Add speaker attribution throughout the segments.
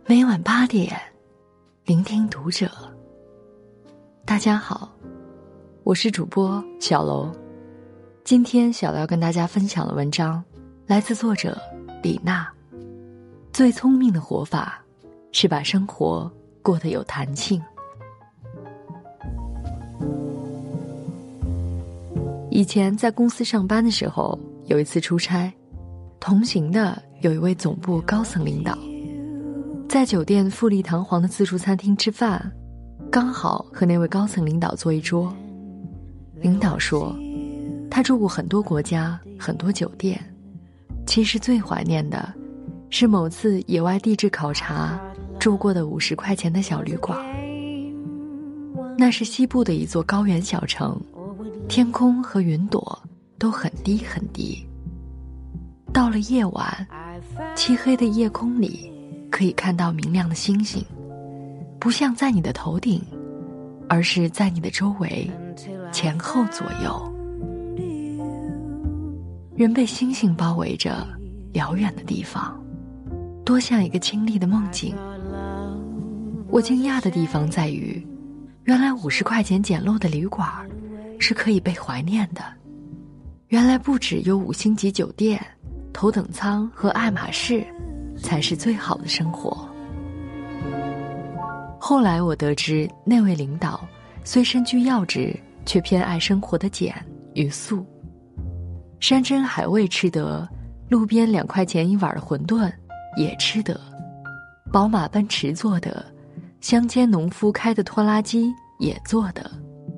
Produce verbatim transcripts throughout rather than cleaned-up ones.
Speaker 1: 每晚八点，聆听读者。大家好，我是主播小楼。今天小楼要跟大家分享的文章来自作者李娜。最聪明的活法是把生活过得有弹性。以前在公司上班的时候，有一次出差，同行的有一位总部高层领导，在酒店富丽堂皇的自助餐厅吃饭，刚好和那位高层领导坐一桌。领导说，他住过很多国家，很多酒店，其实最怀念的是某次野外地质考察住过的五十块钱的小旅馆。那是西部的一座高原小城，天空和云朵都很低很低。到了夜晚，漆黑的夜空里可以看到明亮的星星，不像在你的头顶，而是在你的周围，前后左右。人被星星包围着，遥远的地方多像一个清丽的梦境。我惊讶的地方在于，原来五十块钱简陋的旅馆是可以被怀念的。原来不只有五星级酒店、头等舱和爱马仕才是最好的生活。后来我得知，那位领导虽身居要职，却偏爱生活的简与素。山珍海味吃得，路边两块钱一碗的馄饨也吃得，宝马奔驰坐得，乡间农夫开的拖拉机也坐得。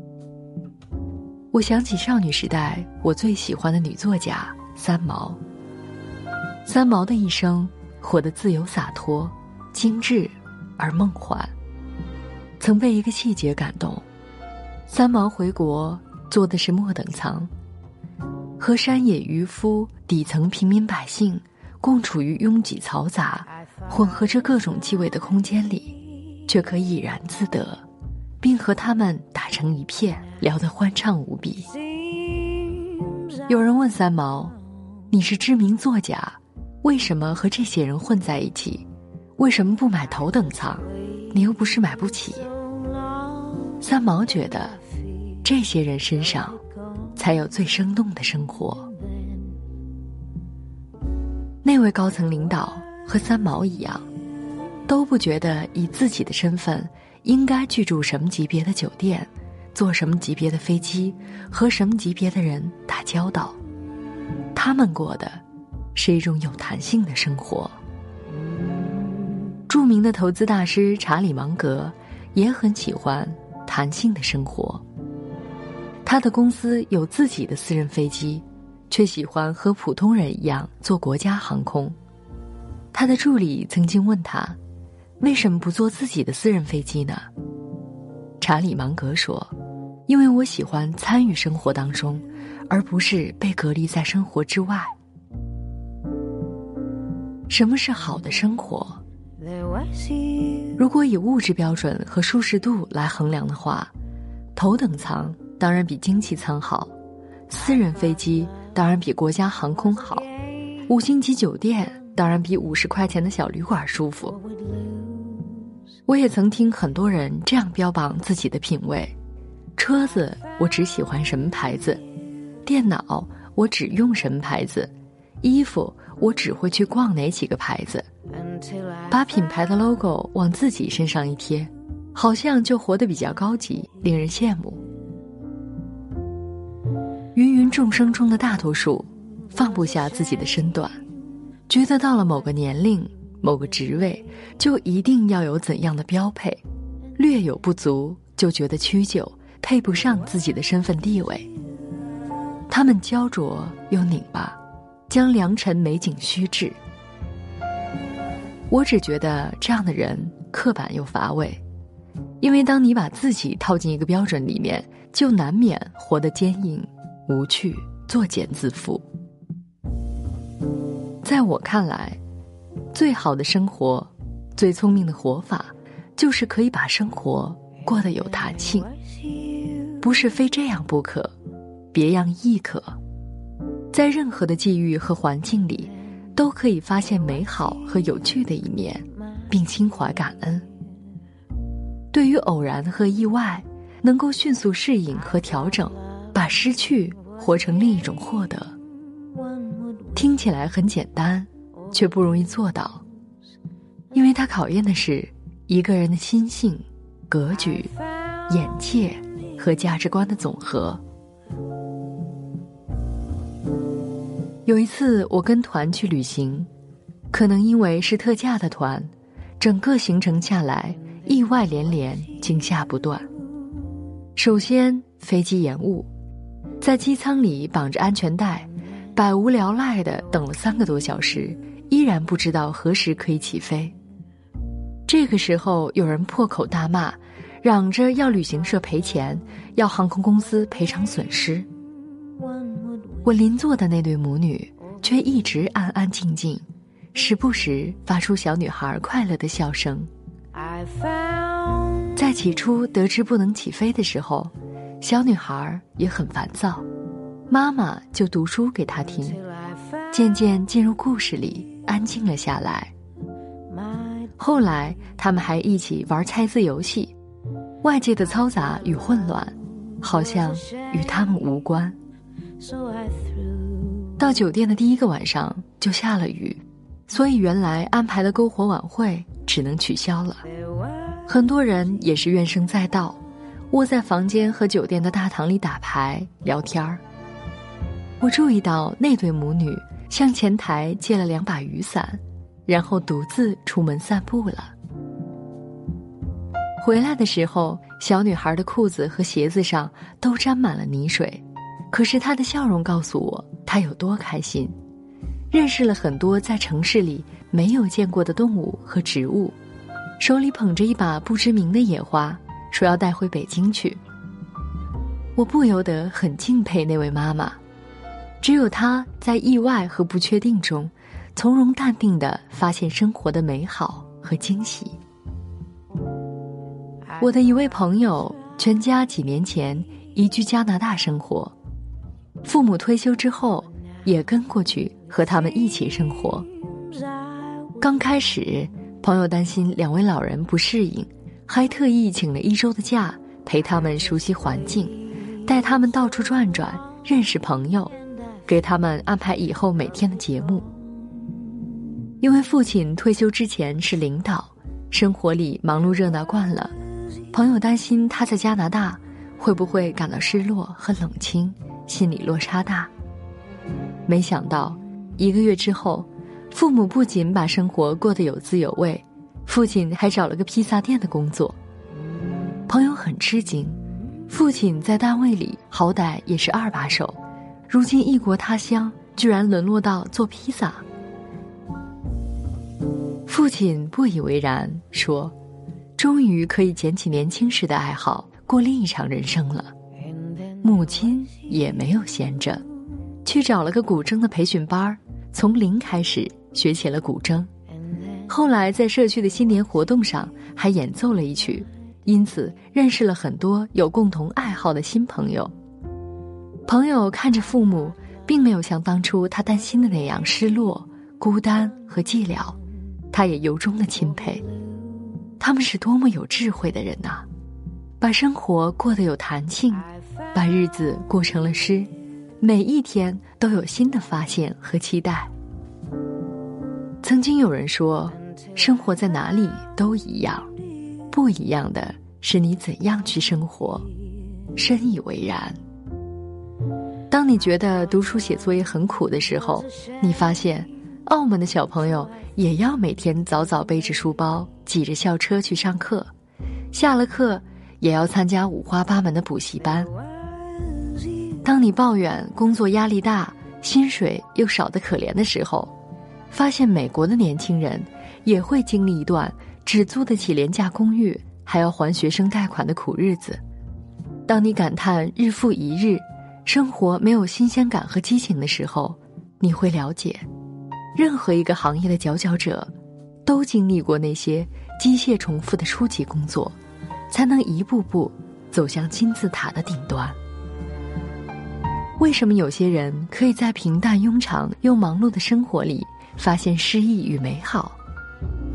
Speaker 1: 我想起少女时代我最喜欢的女作家三毛。三毛的一生活得自由洒脱、精致而梦幻。曾被一个细节感动，三毛回国坐的是末等舱，和山野渔夫、底层平民百姓共处于拥挤嘈杂、混合着各种气味的空间里，却可以怡然自得，并和他们打成一片，聊得欢畅无比。有人问三毛，你是知名作家，为什么和这些人混在一起？为什么不买头等舱？你又不是买不起。三毛觉得，这些人身上才有最生动的生活。那位高层领导和三毛一样，都不觉得以自己的身份应该居住什么级别的酒店，坐什么级别的飞机，和什么级别的人打交道。他们过的是一种有弹性的生活。著名的投资大师查理芒格也很喜欢弹性的生活。他的公司有自己的私人飞机，却喜欢和普通人一样坐国家航空。他的助理曾经问他，为什么不坐自己的私人飞机呢？查理芒格说，因为我喜欢参与生活当中，而不是被隔离在生活之外。什么是好的生活？如果以物质标准和舒适度来衡量的话，头等舱当然比经济舱好，私人飞机当然比国家航空好，五星级酒店当然比五十块钱的小旅馆舒服。我也曾听很多人这样标榜自己的品味：车子我只喜欢什么牌子，电脑我只用什么牌子，衣服我只会去逛哪几个牌子。把品牌的 logo 往自己身上一贴，好像就活得比较高级，令人羡慕。芸芸众生中的大多数放不下自己的身段，觉得到了某个年龄、某个职位就一定要有怎样的标配，略有不足就觉得屈就，配不上自己的身份地位。他们焦灼又拧巴，将良辰美景虚掷。我只觉得这样的人刻板又乏味，因为当你把自己套进一个标准里面，就难免活得坚硬、无趣、作茧自缚。在我看来，最好的生活，最聪明的活法，就是可以把生活过得有弹性，不是非这样不可，别样亦可。在任何的际遇和环境里，都可以发现美好和有趣的一面， 并心怀感恩。对于偶然和意外，能够迅速适应和调整，把失去活成另一种获得。听起来很简单，却不容易做到，因为它考验的是一个人的心性、格局、眼界和价值观的总和。有一次我跟团去旅行，可能因为是特价的团，整个行程下来意外连连，惊吓不断。首先飞机延误，在机舱里绑着安全带，百无聊赖地等了三个多小时，依然不知道何时可以起飞。这个时候有人破口大骂，嚷着要旅行社赔钱，要航空公司赔偿损失。我邻座的那对母女却一直安安静静，时不时发出小女孩快乐的笑声。在起初得知不能起飞的时候，小女孩也很烦躁，妈妈就读书给她听，渐渐进入故事里，安静了下来。后来他们还一起玩猜字游戏，外界的嘈杂与混乱好像与他们无关。到酒店的第一个晚上就下了雨，所以原来安排的篝火晚会只能取消了。很多人也是怨声载道，窝在房间和酒店的大堂里打牌聊天儿。我注意到那对母女向前台借了两把雨伞，然后独自出门散步了。回来的时候，小女孩的裤子和鞋子上都沾满了泥水，可是她的笑容告诉我她有多开心，认识了很多在城市里没有见过的动物和植物，手里捧着一把不知名的野花，说要带回北京去。我不由得很敬佩那位妈妈，只有她在意外和不确定中从容淡定地发现生活的美好和惊喜。我的一位朋友全家几年前移居加拿大生活，父母退休之后也跟过去和他们一起生活。刚开始朋友担心两位老人不适应，还特意请了一周的假陪他们熟悉环境，带他们到处转转，认识朋友，给他们安排以后每天的节目。因为父亲退休之前是领导，生活里忙碌热闹惯了，朋友担心他在加拿大会不会感到失落和冷清，心理落差大。没想到一个月之后，父母不仅把生活过得有滋有味，父亲还找了个披萨店的工作。朋友很吃惊，父亲在单位里好歹也是二把手，如今异国他乡居然沦落到做披萨。父亲不以为然，说终于可以捡起年轻时的爱好，过另一场人生了。母亲也没有闲着，去找了个古筝的培训班，从零开始学起了古筝。后来在社区的新年活动上还演奏了一曲，因此认识了很多有共同爱好的新朋友。朋友看着父母并没有像当初他担心的那样失落、孤单和寂寥，他也由衷的钦佩。他们是多么有智慧的人啊，把生活过得有弹性，把日子过成了诗，每一天都有新的发现和期待。曾经有人说，生活在哪里都一样，不一样的是你怎样去生活。深以为然。当你觉得读书写作业很苦的时候，你发现澳门的小朋友也要每天早早背着书包，挤着校车去上课，下了课也要参加五花八门的补习班。当你抱怨工作压力大，薪水又少得可怜的时候，发现美国的年轻人也会经历一段只租得起廉价公寓，还要还学生贷款的苦日子。当你感叹日复一日，生活没有新鲜感和激情的时候，你会了解，任何一个行业的佼佼者都经历过那些机械重复的初级工作，才能一步步走向金字塔的顶端。为什么有些人可以在平淡庸常又忙碌的生活里发现诗意与美好？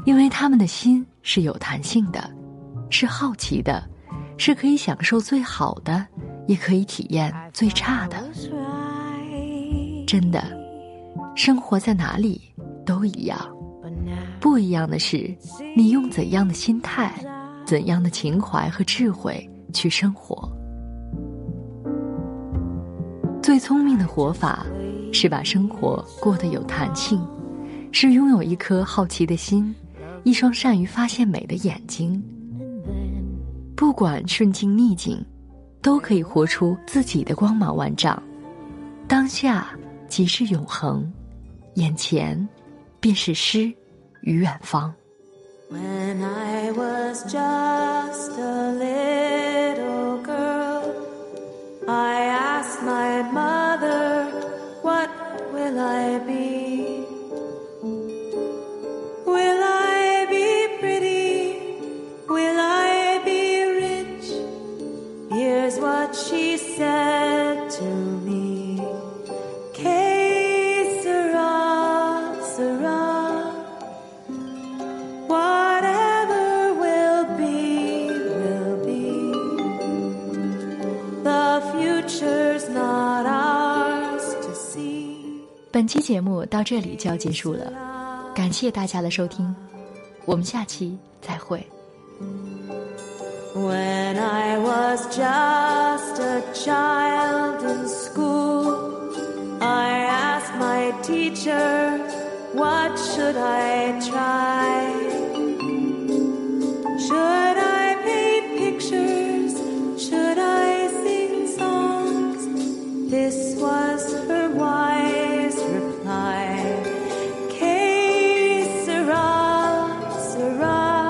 Speaker 1: 因为他们的心是有弹性的，是好奇的，是可以享受最好的，也可以体验最差的。真的，生活在哪里都一样，不一样的是你用怎样的心态，怎样的情怀和智慧去生活。最聪明的活法是把生活过得有弹性，是拥有一颗好奇的心，一双善于发现美的眼睛。不管顺境逆境，都可以活出自己的光芒万丈。当下即是永恒，眼前便是诗与远方。
Speaker 2: When I was just a little girl, I asked my mother, what will I be? Will I be pretty? Will I be rich? Here's what she said to me. Que sera, sera. Whatever will be, will be. The future's not ours to see.
Speaker 1: 本期节目到这里就要结束了，感谢大家的收听，我们下期再会。
Speaker 2: When I was just a child in school, I asked my teacher, what should I try? Should I paint pictures? Should I sing songs? This was her wise reply. Que sera, sera.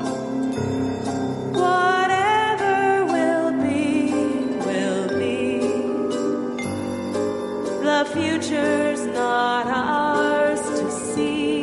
Speaker 2: Whatever will be, will be. The future's not ours to see.